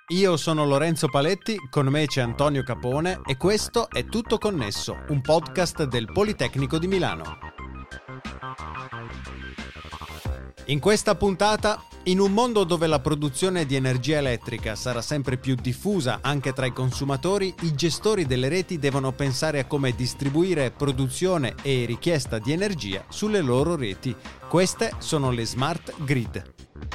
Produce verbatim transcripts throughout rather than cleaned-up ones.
Io sono Lorenzo Paletti, con me c'è Antonio Capone e questo è Tutto Connesso, un podcast del Politecnico di Milano. In questa puntata, in un mondo dove la produzione di energia elettrica sarà sempre più diffusa anche tra i consumatori, i gestori delle reti devono pensare a come distribuire produzione e richiesta di energia sulle loro reti. Queste sono le smart grid.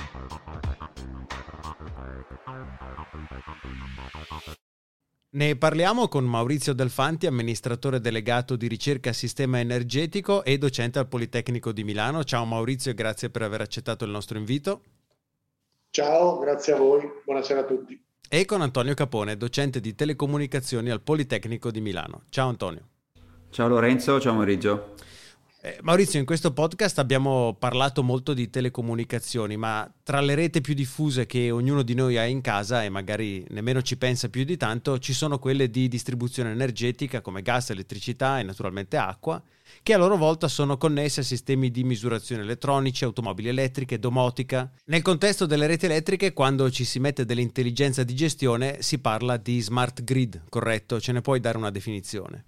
Ne parliamo con Maurizio Delfanti, amministratore delegato di ricerca sistema energetico e docente al Politecnico di Milano. Ciao Maurizio e grazie per aver accettato il nostro invito. Ciao, grazie a voi, buonasera a tutti. E con Antonio Capone, docente di telecomunicazioni al Politecnico di Milano. Ciao Antonio. Ciao Lorenzo, ciao Maurizio. Eh, Maurizio, in questo podcast abbiamo parlato molto di telecomunicazioni, ma tra le reti più diffuse che ognuno di noi ha in casa e magari nemmeno ci pensa più di tanto, ci sono quelle di distribuzione energetica come gas, elettricità e naturalmente acqua, che a loro volta sono connesse a sistemi di misurazione elettronici, automobili elettriche, domotica. Nel contesto delle reti elettriche, quando ci si mette dell'intelligenza di gestione, si parla di smart grid, corretto? Ce ne puoi dare una definizione?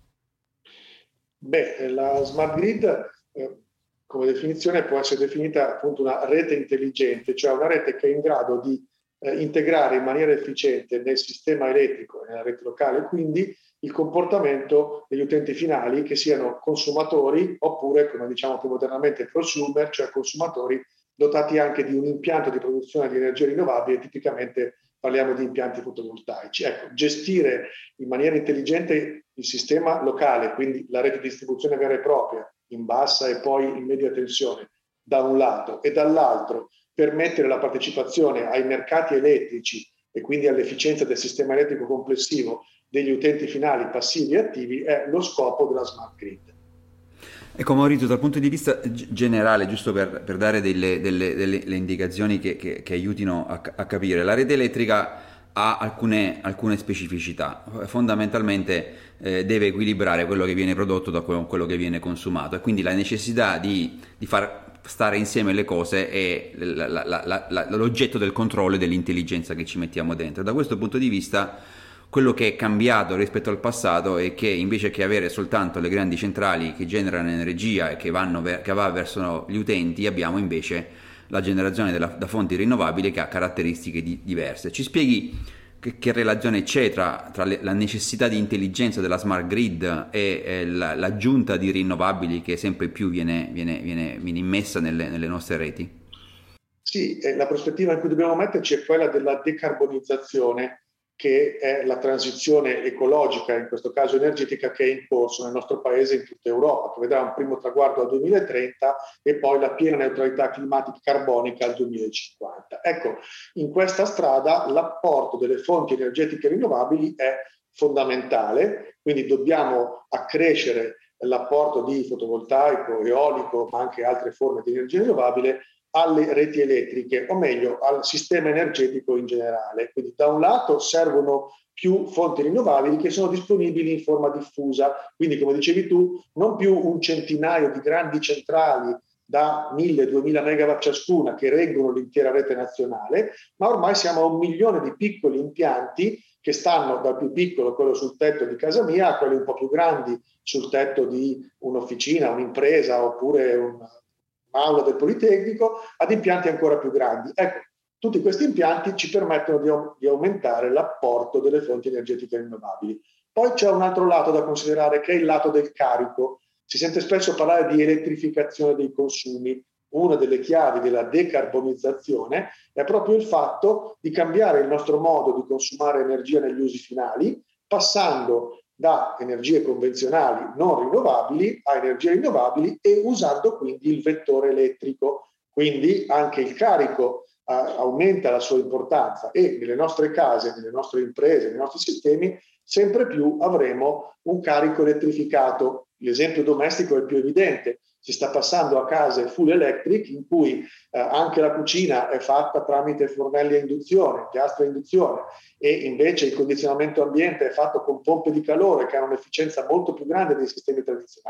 Beh, la smart grid eh, come definizione può essere definita appunto una rete intelligente, cioè una rete che è in grado di eh, integrare in maniera efficiente nel sistema elettrico e nella rete locale, quindi il comportamento degli utenti finali, che siano consumatori oppure, come diciamo più modernamente, prosumer, cioè consumatori dotati anche di un impianto di produzione di energia rinnovabile. Tipicamente parliamo di impianti fotovoltaici. Ecco, gestire in maniera intelligente il sistema locale, quindi la rete di distribuzione vera e propria, in bassa e poi in media tensione, da un lato, e dall'altro permettere la partecipazione ai mercati elettrici e quindi all'efficienza del sistema elettrico complessivo degli utenti finali passivi e attivi, è lo scopo della smart grid. Ecco Maurizio, dal punto di vista generale, giusto per, per dare delle, delle, delle le indicazioni che, che, che aiutino a, a capire, la rete elettrica ha alcune, alcune specificità. Fondamentalmente eh, deve equilibrare quello che viene prodotto da quello, quello che viene consumato, e quindi la necessità di, di far stare insieme le cose è la, la, la, la, l'oggetto del controllo e dell'intelligenza che ci mettiamo dentro. Da questo punto di vista, quello che è cambiato rispetto al passato è che invece che avere soltanto le grandi centrali che generano energia e che, vanno ver- che va verso gli utenti, abbiamo invece la generazione della, da fonti rinnovabili che ha caratteristiche di- diverse. Ci spieghi che, che relazione c'è tra, tra le, la necessità di intelligenza della smart grid e eh, la, l'aggiunta di rinnovabili che sempre più viene, viene, viene, viene immessa nelle, nelle nostre reti? Sì, eh, la prospettiva in cui dobbiamo metterci è quella della decarbonizzazione, che è la transizione ecologica, in questo caso energetica, che è in corso nel nostro paese e in tutta Europa, che vedrà un primo traguardo al duemilatrenta e poi la piena neutralità climatica carbonica al duemilacinquanta. Ecco, in questa strada l'apporto delle fonti energetiche rinnovabili è fondamentale, quindi dobbiamo accrescere l'apporto di fotovoltaico, eolico, ma anche altre forme di energia rinnovabile alle reti elettriche, o meglio al sistema energetico in generale. Quindi da un lato servono più fonti rinnovabili che sono disponibili in forma diffusa, quindi come dicevi tu, non più un centinaio di grandi centrali da mille duemila megawatt ciascuna che reggono l'intera rete nazionale, ma ormai siamo a un milione di piccoli impianti che stanno dal più piccolo, quello sul tetto di casa mia, a quelli un po' più grandi sul tetto di un'officina, un'impresa oppure un aula del Politecnico, ad impianti ancora più grandi. Ecco, tutti questi impianti ci permettono di, di aumentare l'apporto delle fonti energetiche rinnovabili. Poi c'è un altro lato da considerare, che è il lato del carico. Si sente spesso parlare di elettrificazione dei consumi. Una delle chiavi della decarbonizzazione è proprio il fatto di cambiare il nostro modo di consumare energia negli usi finali, passando da energie convenzionali non rinnovabili a energie rinnovabili e usando quindi il vettore elettrico. Quindi anche il carico eh, aumenta la sua importanza e nelle nostre case, nelle nostre imprese, nei nostri sistemi sempre più avremo un carico elettrificato. L'esempio domestico è il più evidente. Si sta passando a case full electric in cui eh, anche la cucina è fatta tramite fornelli a induzione, gas a induzione, e invece il condizionamento ambiente è fatto con pompe di calore che hanno un'efficienza molto più grande dei sistemi tradizionali.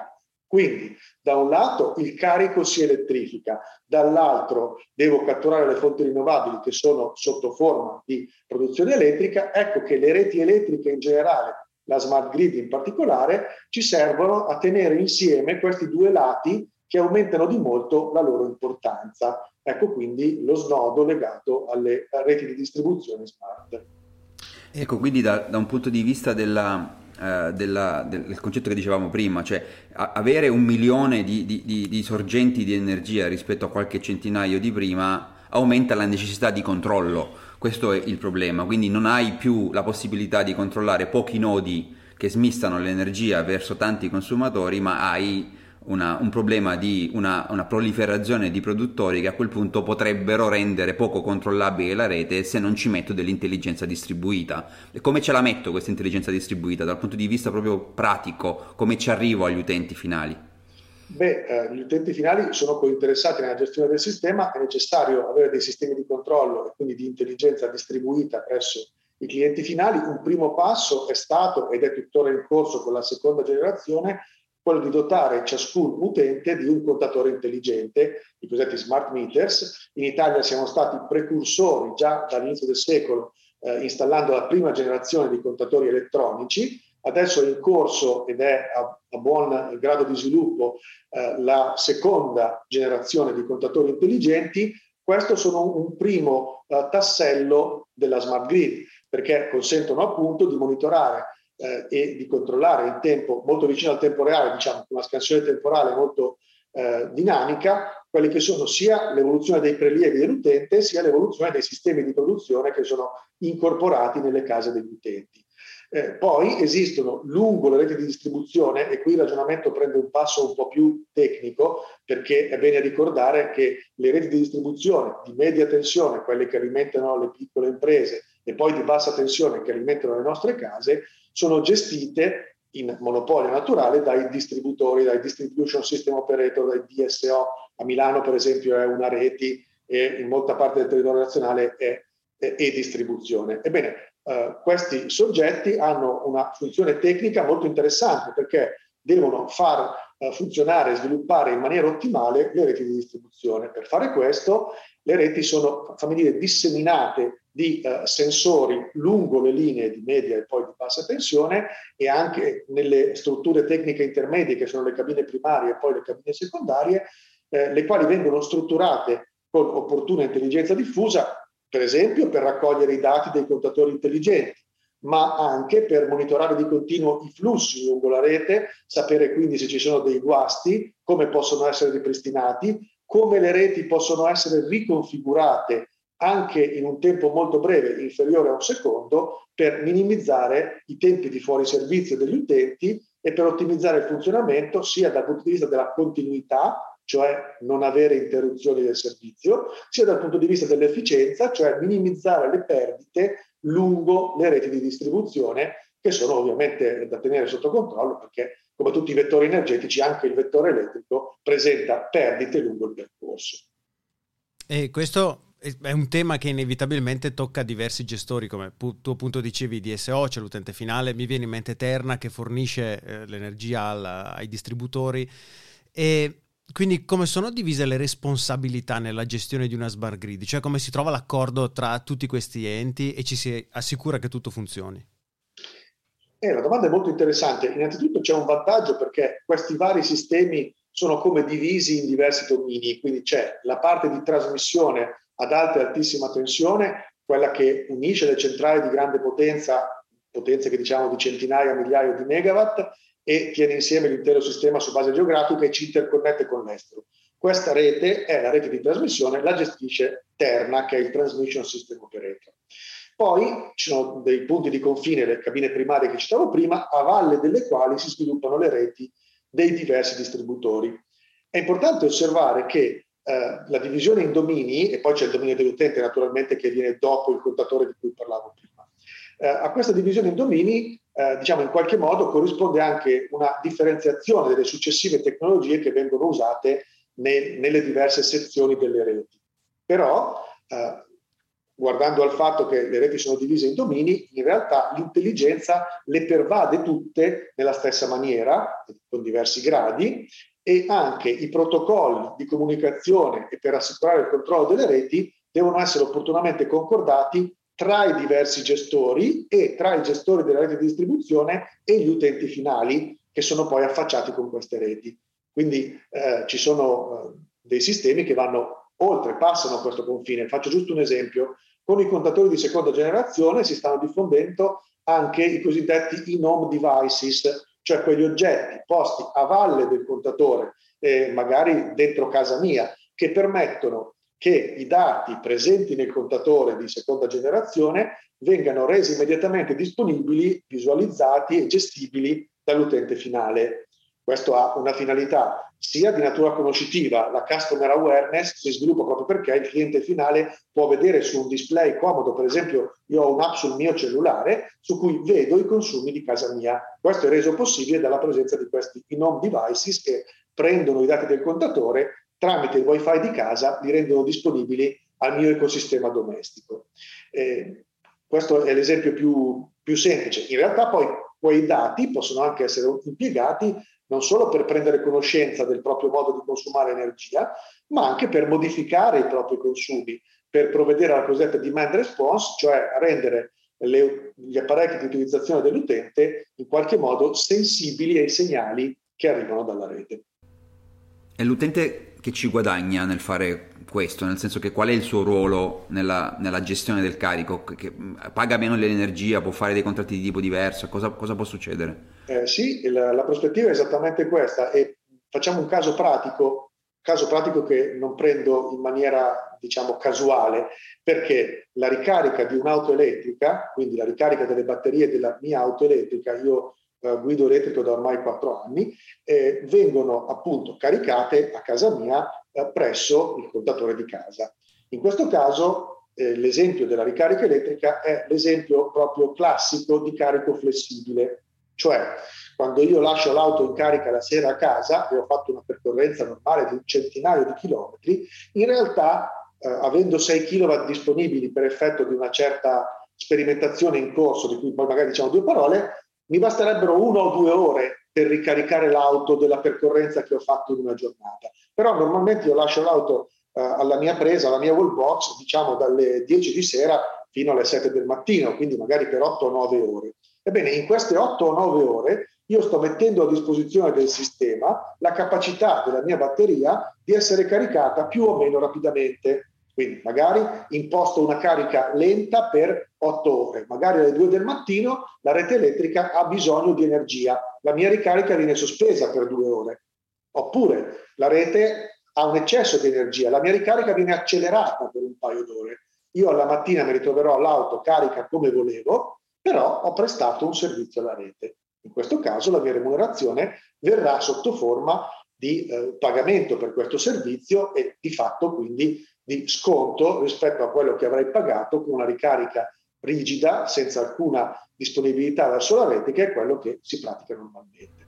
Quindi da un lato il carico si elettrifica, dall'altro devo catturare le fonti rinnovabili che sono sotto forma di produzione elettrica. Ecco che le reti elettriche in generale, la smart grid in particolare, ci servono a tenere insieme questi due lati che aumentano di molto la loro importanza. Ecco quindi lo snodo legato alle reti di distribuzione smart. Ecco, quindi da, da un punto di vista della, uh, della, del concetto che dicevamo prima, cioè a, avere un milione di, di, di, di sorgenti di energia rispetto a qualche centinaio di prima aumenta la necessità di controllo. Questo è il problema, quindi non hai più la possibilità di controllare pochi nodi che smistano l'energia verso tanti consumatori, ma hai Una, un problema di una, una proliferazione di produttori che a quel punto potrebbero rendere poco controllabile la rete se non ci metto dell'intelligenza distribuita. E come ce la metto questa intelligenza distribuita dal punto di vista proprio pratico? Come ci arrivo agli utenti finali? Beh, eh, gli utenti finali sono cointeressati nella gestione del sistema, è necessario avere dei sistemi di controllo e quindi di intelligenza distribuita presso i clienti finali. Un primo passo è stato ed è tuttora in corso con la seconda generazione quello di dotare ciascun utente di un contatore intelligente, i cosiddetti smart meters. In Italia siamo stati precursori già dall'inizio del secolo eh, installando la prima generazione di contatori elettronici. Adesso è in corso ed è a, a buon grado di sviluppo eh, la seconda generazione di contatori intelligenti. Questo sono un primo eh, tassello della smart grid, perché consentono appunto di monitorare Eh, e di controllare in tempo molto vicino al tempo reale, diciamo con una scansione temporale molto eh, dinamica, quelli che sono sia l'evoluzione dei prelievi dell'utente sia l'evoluzione dei sistemi di produzione che sono incorporati nelle case degli utenti. Eh, poi esistono lungo le reti di distribuzione, e qui il ragionamento prende un passo un po' più tecnico, perché è bene ricordare che le reti di distribuzione di media tensione, quelle che alimentano le piccole imprese, e poi di bassa tensione che alimentano le nostre case, sono gestite in monopolio naturale dai distributori, dai distribution system operator, dai D S O. A Milano per esempio è una reti e in molta parte del territorio nazionale è, è, è distribuzione. Ebbene, eh, questi soggetti hanno una funzione tecnica molto interessante, perché devono far eh, funzionare e sviluppare in maniera ottimale le reti di distribuzione. Per fare questo le reti sono, fammi dire, disseminate di eh, sensori lungo le linee di media e poi di bassa tensione, e anche nelle strutture tecniche intermedie che sono le cabine primarie e poi le cabine secondarie, eh, le quali vengono strutturate con opportuna intelligenza diffusa, per esempio per raccogliere i dati dei contatori intelligenti, ma anche per monitorare di continuo i flussi lungo la rete, sapere quindi se ci sono dei guasti, come possono essere ripristinati, come le reti possono essere riconfigurate anche in un tempo molto breve, inferiore a un secondo, per minimizzare i tempi di fuoriservizio degli utenti e per ottimizzare il funzionamento sia dal punto di vista della continuità, cioè non avere interruzioni del servizio, sia dal punto di vista dell'efficienza, cioè minimizzare le perdite lungo le reti di distribuzione, che sono ovviamente da tenere sotto controllo, perché come tutti i vettori energetici anche il vettore elettrico presenta perdite lungo il percorso. E questo è un tema che inevitabilmente tocca diversi gestori, come tu appunto dicevi, D S O, c'è l'utente finale, mi viene in mente Terna che fornisce eh, l'energia al, ai distributori. E quindi come sono divise le responsabilità nella gestione di una smart grid? Cioè come si trova l'accordo tra tutti questi enti e ci si assicura che tutto funzioni? Eh, la domanda è molto interessante. Innanzitutto c'è un vantaggio, perché questi vari sistemi sono come divisi in diversi domini, quindi c'è la parte di trasmissione ad alta e altissima tensione, quella che unisce le centrali di grande potenza, potenze che diciamo di centinaia, migliaia di megawatt, e tiene insieme l'intero sistema su base geografica e ci interconnette con l'estero. Questa rete è la rete di trasmissione, la gestisce Terna, che è il Transmission System Operator. Poi ci sono dei punti di confine, le cabine primarie che citavo prima, a valle delle quali si sviluppano le reti dei diversi distributori. È importante osservare che eh, la divisione in domini, e poi c'è il dominio dell'utente naturalmente che viene dopo il contatore di cui parlavo prima, eh, a questa divisione in domini eh, diciamo in qualche modo corrisponde anche una differenziazione delle successive tecnologie che vengono usate nel, nelle diverse sezioni delle reti. Però eh, guardando al fatto che le reti sono divise in domini, in realtà l'intelligenza le pervade tutte nella stessa maniera, con diversi gradi, e anche i protocolli di comunicazione e per assicurare il controllo delle reti devono essere opportunamente concordati tra i diversi gestori e tra i gestori della rete di distribuzione e gli utenti finali che sono poi affacciati con queste reti. Quindi eh, ci sono eh, dei sistemi che vanno oltre, passano questo confine. Faccio giusto un esempio. Con i contatori di seconda generazione si stanno diffondendo anche i cosiddetti in-home devices, cioè quegli oggetti posti a valle del contatore, eh, magari dentro casa mia, che permettono che i dati presenti nel contatore di seconda generazione vengano resi immediatamente disponibili, visualizzati e gestibili dall'utente finale. Questo ha una finalità sia di natura conoscitiva, la customer awareness si sviluppa proprio perché il cliente finale può vedere su un display comodo, per esempio io ho un'app sul mio cellulare su cui vedo i consumi di casa mia. Questo è reso possibile dalla presenza di questi in-home devices che prendono i dati del contatore tramite il wifi di casa, li rendono disponibili al mio ecosistema domestico. Eh, questo è l'esempio più, più semplice. In realtà poi quei dati possono anche essere impiegati non solo per prendere conoscenza del proprio modo di consumare energia, ma anche per modificare i propri consumi, per provvedere alla cosiddetta demand response, cioè rendere le, gli apparecchi di utilizzazione dell'utente in qualche modo sensibili ai segnali che arrivano dalla rete. È l'utente che ci guadagna nel fare questo, nel senso che qual è il suo ruolo nella, nella gestione del carico? Che paga meno l'energia, può fare dei contratti di tipo diverso, cosa, cosa può succedere? Eh, sì, la, la prospettiva è esattamente questa e facciamo un caso pratico, caso pratico che non prendo in maniera diciamo casuale, perché la ricarica di un'auto elettrica, quindi la ricarica delle batterie della mia auto elettrica, io eh, guido elettrico da ormai quattro anni, eh, vengono appunto caricate a casa mia eh, presso il contatore di casa. In questo caso eh, l'esempio della ricarica elettrica è l'esempio proprio classico di carico flessibile. Cioè, quando io lascio l'auto in carica la sera a casa e ho fatto una percorrenza normale di un centinaio di chilometri, in realtà, eh, avendo sei chilowatt disponibili per effetto di una certa sperimentazione in corso, di cui poi magari diciamo due parole, mi basterebbero una o due ore per ricaricare l'auto della percorrenza che ho fatto in una giornata. Però normalmente io lascio l'auto eh, alla mia presa, alla mia wall box, diciamo dalle dieci di sera fino alle sette del mattino, quindi magari per otto o nove ore. Ebbene, in queste otto o nove ore io sto mettendo a disposizione del sistema la capacità della mia batteria di essere caricata più o meno rapidamente. Quindi magari imposto una carica lenta per otto ore, magari alle due del mattino la rete elettrica ha bisogno di energia, la mia ricarica viene sospesa per due ore. Oppure la rete ha un eccesso di energia, la mia ricarica viene accelerata per un paio d'ore. Io alla mattina mi ritroverò l'auto carica come volevo, però ho prestato un servizio alla rete. In questo caso la mia remunerazione verrà sotto forma di eh, pagamento per questo servizio e di fatto quindi di sconto rispetto a quello che avrei pagato con una ricarica rigida, senza alcuna disponibilità verso la rete, che è quello che si pratica normalmente.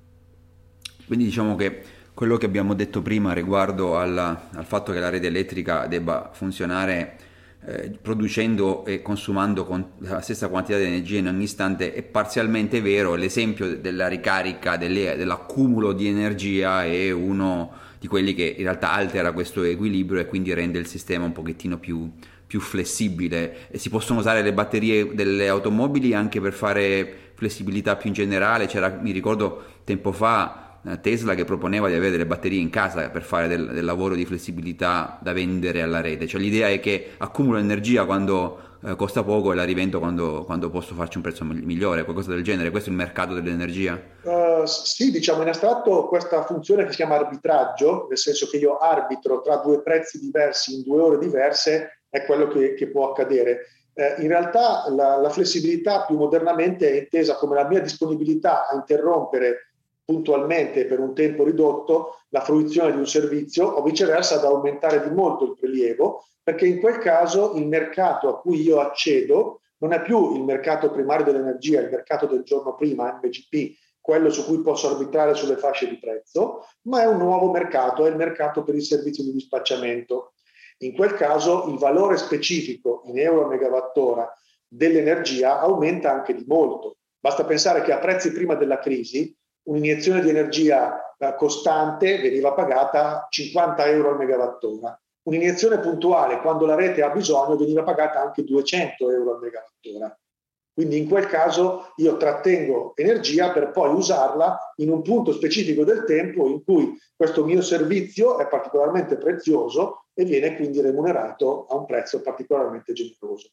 Quindi diciamo che quello che abbiamo detto prima riguardo alla, al fatto che la rete elettrica debba funzionare Eh, producendo e consumando con la stessa quantità di energia in ogni istante è parzialmente vero. L'esempio della ricarica, delle, dell'accumulo di energia è uno di quelli che in realtà altera questo equilibrio e quindi rende il sistema un pochettino più, più flessibile. E si possono usare le batterie delle automobili anche per fare flessibilità più in generale. C'era, mi ricordo tempo fa, Tesla che proponeva di avere delle batterie in casa per fare del, del lavoro di flessibilità da vendere alla rete. Cioè l'idea è che accumulo energia quando eh, costa poco e la rivendo quando, quando posso farci un prezzo migliore, qualcosa del genere. Questo è il mercato dell'energia? Uh, sì, diciamo in astratto questa funzione che si chiama arbitraggio, nel senso che io arbitro tra due prezzi diversi in due ore diverse, è quello che, che può accadere. Eh, in realtà la, la flessibilità più modernamente è intesa come la mia disponibilità a interrompere puntualmente per un tempo ridotto la fruizione di un servizio o viceversa ad aumentare di molto il prelievo, perché in quel caso il mercato a cui io accedo non è più il mercato primario dell'energia, il mercato del giorno prima, M G P, quello su cui posso arbitrare sulle fasce di prezzo, ma è un nuovo mercato, è il mercato per il servizio di dispacciamento. In quel caso il valore specifico in euro a megawattora dell'energia aumenta anche di molto. Basta pensare che a prezzi prima della crisi un'iniezione di energia eh, costante veniva pagata cinquanta euro al megawattora. Un'iniezione puntuale, quando la rete ha bisogno, veniva pagata anche duecento euro al megawattora. Quindi in quel caso io trattengo energia per poi usarla in un punto specifico del tempo in cui questo mio servizio è particolarmente prezioso e viene quindi remunerato a un prezzo particolarmente generoso.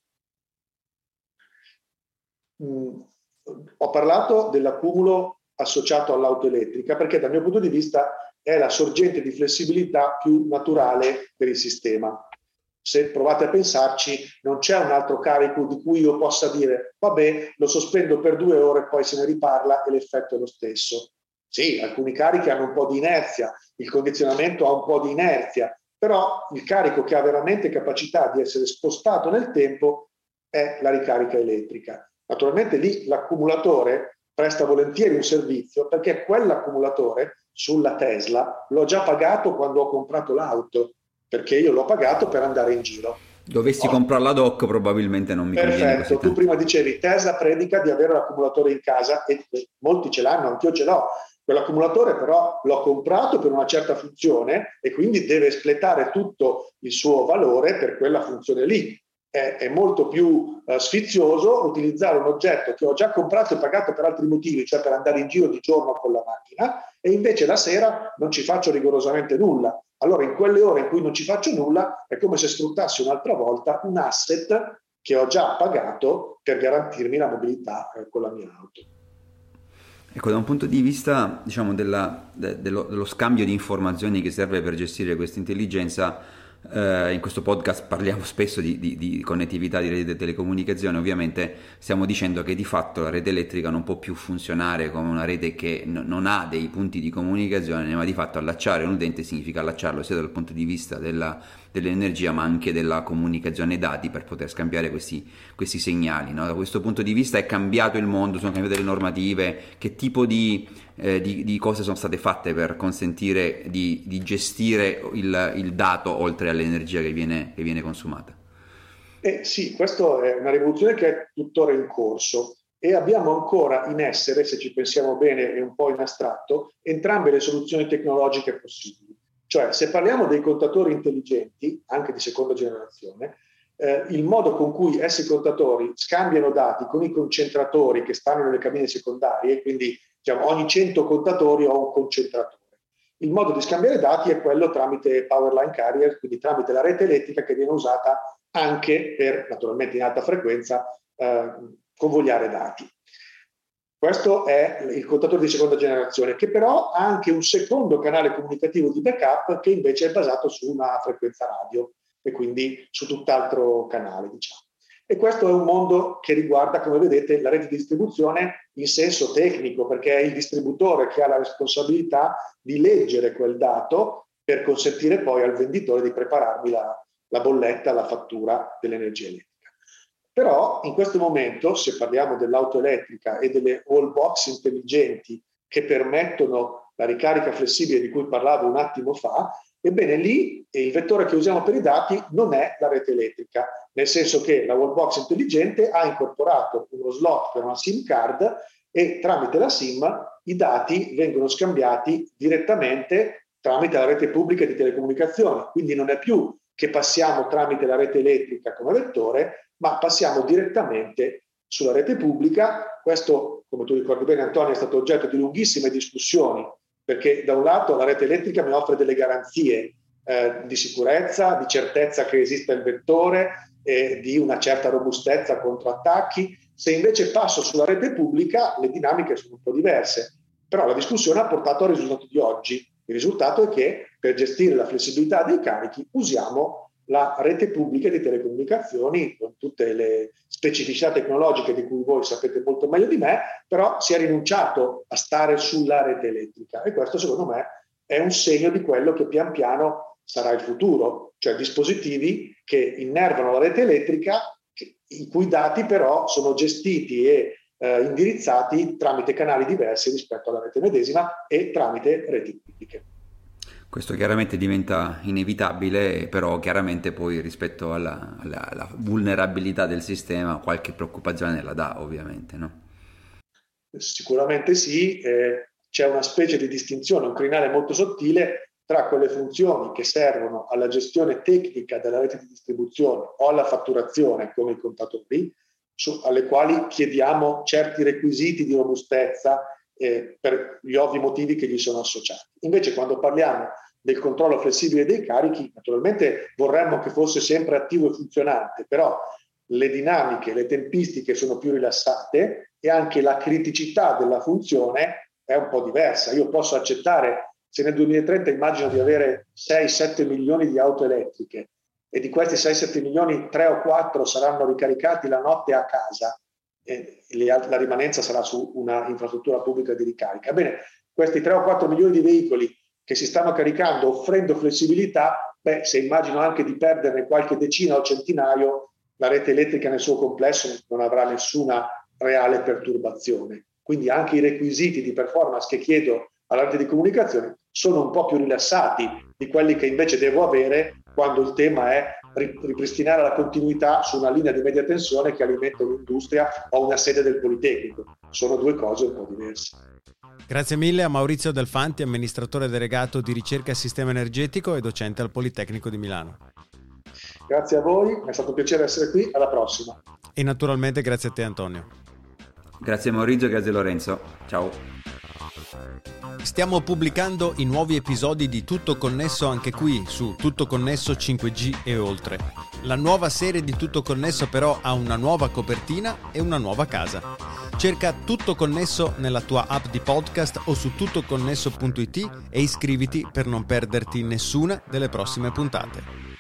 Mm, ho parlato dell'accumulo associato all'auto elettrica perché dal mio punto di vista è la sorgente di flessibilità più naturale per il sistema. Se provate a pensarci, non c'è un altro carico di cui io possa dire vabbè, lo sospendo per due ore, poi se ne riparla e l'effetto è lo stesso. Sì, alcuni carichi hanno un po' di inerzia, il condizionamento ha un po' di inerzia, però il carico che ha veramente capacità di essere spostato nel tempo è la ricarica elettrica. Naturalmente lì l'accumulatore presta volentieri un servizio perché quell'accumulatore sulla Tesla l'ho già pagato quando ho comprato l'auto, perché io l'ho pagato per andare in giro. Dovessi oh. comprarla doc probabilmente non mi conviene così Perfetto, tanto. Tu prima dicevi Tesla predica di avere l'accumulatore in casa e molti ce l'hanno, anch'io ce l'ho. Quell'accumulatore però l'ho comprato per una certa funzione e quindi deve espletare tutto il suo valore per quella funzione lì. È, è molto più uh, sfizioso utilizzare un oggetto che ho già comprato e pagato per altri motivi, cioè per andare in giro di giorno con la macchina, e invece la sera non ci faccio rigorosamente nulla. Allora in quelle ore in cui non ci faccio nulla è come se sfruttassi un'altra volta un asset che ho già pagato per garantirmi la mobilità eh, con la mia auto. Ecco, da un punto di vista, diciamo, della, de, dello, dello scambio di informazioni che serve per gestire questa intelligenza, eh, in questo podcast parliamo spesso di, di, di connettività di rete di telecomunicazione. Ovviamente stiamo dicendo che di fatto la rete elettrica non può più funzionare come una rete che n- non ha dei punti di comunicazione, ma di fatto allacciare un utente significa allacciarlo sia dal punto di vista della, dell'energia ma anche della comunicazione dati per poter scambiare questi, questi segnali, no? Da questo punto di vista è cambiato il mondo, sono cambiate le normative, che tipo di, eh, di, di cose sono state fatte per consentire di, di gestire il, il dato oltre all'energia che viene, che viene consumata? Eh sì, questa è una rivoluzione che è tuttora in corso e abbiamo ancora in essere, se ci pensiamo bene e un po' in astratto, entrambe le soluzioni tecnologiche possibili. Cioè, se parliamo dei contatori intelligenti, anche di seconda generazione, eh, il modo con cui essi contatori scambiano dati con i concentratori che stanno nelle cabine secondarie, quindi diciamo, ogni cento contatori ho un concentratore. Il modo di scambiare dati è quello tramite power line carrier, quindi tramite la rete elettrica che viene usata anche per, naturalmente in alta frequenza, eh, convogliare dati. Questo è il contatore di seconda generazione, che però ha anche un secondo canale comunicativo di backup che invece è basato su una frequenza radio e quindi su tutt'altro canale, diciamo. E questo è un mondo che riguarda, come vedete, la rete di distribuzione in senso tecnico, perché è il distributore che ha la responsabilità di leggere quel dato per consentire poi al venditore di prepararmi la, la bolletta, la fattura dell'energia elettrica. Però in questo momento, se parliamo dell'auto elettrica e delle wall box intelligenti che permettono la ricarica flessibile di cui parlavo un attimo fa, ebbene lì il vettore che usiamo per i dati non è la rete elettrica, nel senso che la wall box intelligente ha incorporato uno slot per una SIM card e tramite la SIM i dati vengono scambiati direttamente tramite la rete pubblica di telecomunicazioni. Quindi non è più che passiamo tramite la rete elettrica come vettore, ma passiamo direttamente sulla rete pubblica. Questo, come tu ricordi bene Antonio, è stato oggetto di lunghissime discussioni, perché da un lato la rete elettrica mi offre delle garanzie eh, di sicurezza, di certezza che esista il vettore, e di una certa robustezza contro attacchi. Se invece passo sulla rete pubblica le dinamiche sono un po' diverse, però la discussione ha portato al risultato di oggi. Il risultato è che per gestire la flessibilità dei carichi usiamo la rete pubblica di telecomunicazioni con tutte le specificità tecnologiche di cui voi sapete molto meglio di me, però si è rinunciato a stare sulla rete elettrica e questo secondo me è un segno di quello che pian piano sarà il futuro, cioè dispositivi che innervano la rete elettrica, che, i cui dati però sono gestiti e eh, indirizzati tramite canali diversi rispetto alla rete medesima e tramite reti pubbliche. Questo chiaramente diventa inevitabile, però chiaramente poi rispetto alla, alla, alla vulnerabilità del sistema qualche preoccupazione la dà, ovviamente, no? Sicuramente sì, eh, c'è una specie di distinzione, un crinale molto sottile tra quelle funzioni che servono alla gestione tecnica della rete di distribuzione o alla fatturazione, come i contatori, su, alle quali chiediamo certi requisiti di robustezza eh, per gli ovvi motivi che gli sono associati. Invece quando parliamo del controllo flessibile dei carichi, naturalmente vorremmo che fosse sempre attivo e funzionante, però le dinamiche, le tempistiche sono più rilassate e anche la criticità della funzione è un po' diversa. Io posso accettare, se nel duemilatrenta immagino di avere sei sette milioni di auto elettriche e di questi sei sette milioni tre o quattro saranno ricaricati la notte a casa e la rimanenza sarà su una infrastruttura pubblica di ricarica. Bene, questi tre o quattro milioni di veicoli che si stanno caricando offrendo flessibilità, beh, se immagino anche di perderne qualche decina o centinaio, la rete elettrica nel suo complesso non avrà nessuna reale perturbazione. Quindi anche i requisiti di performance che chiedo alla rete di comunicazione sono un po' più rilassati di quelli che invece devo avere quando il tema è ripristinare la continuità su una linea di media tensione che alimenta un'industria o una sede del Politecnico. Sono due cose un po' diverse. Grazie mille a Maurizio Delfanti, amministratore delegato di ricerca e sistema energetico e docente al Politecnico di Milano. Grazie a voi, è stato un piacere essere qui, alla prossima. E naturalmente grazie a te Antonio. Grazie Maurizio, grazie Lorenzo, ciao. Stiamo pubblicando i nuovi episodi di Tutto Connesso anche qui su Tutto Connesso cinque G e oltre. La nuova serie di Tutto Connesso però ha una nuova copertina e una nuova casa. Cerca Tutto Connesso nella tua app di podcast o su tuttoconnesso punto it e iscriviti per non perderti nessuna delle prossime puntate.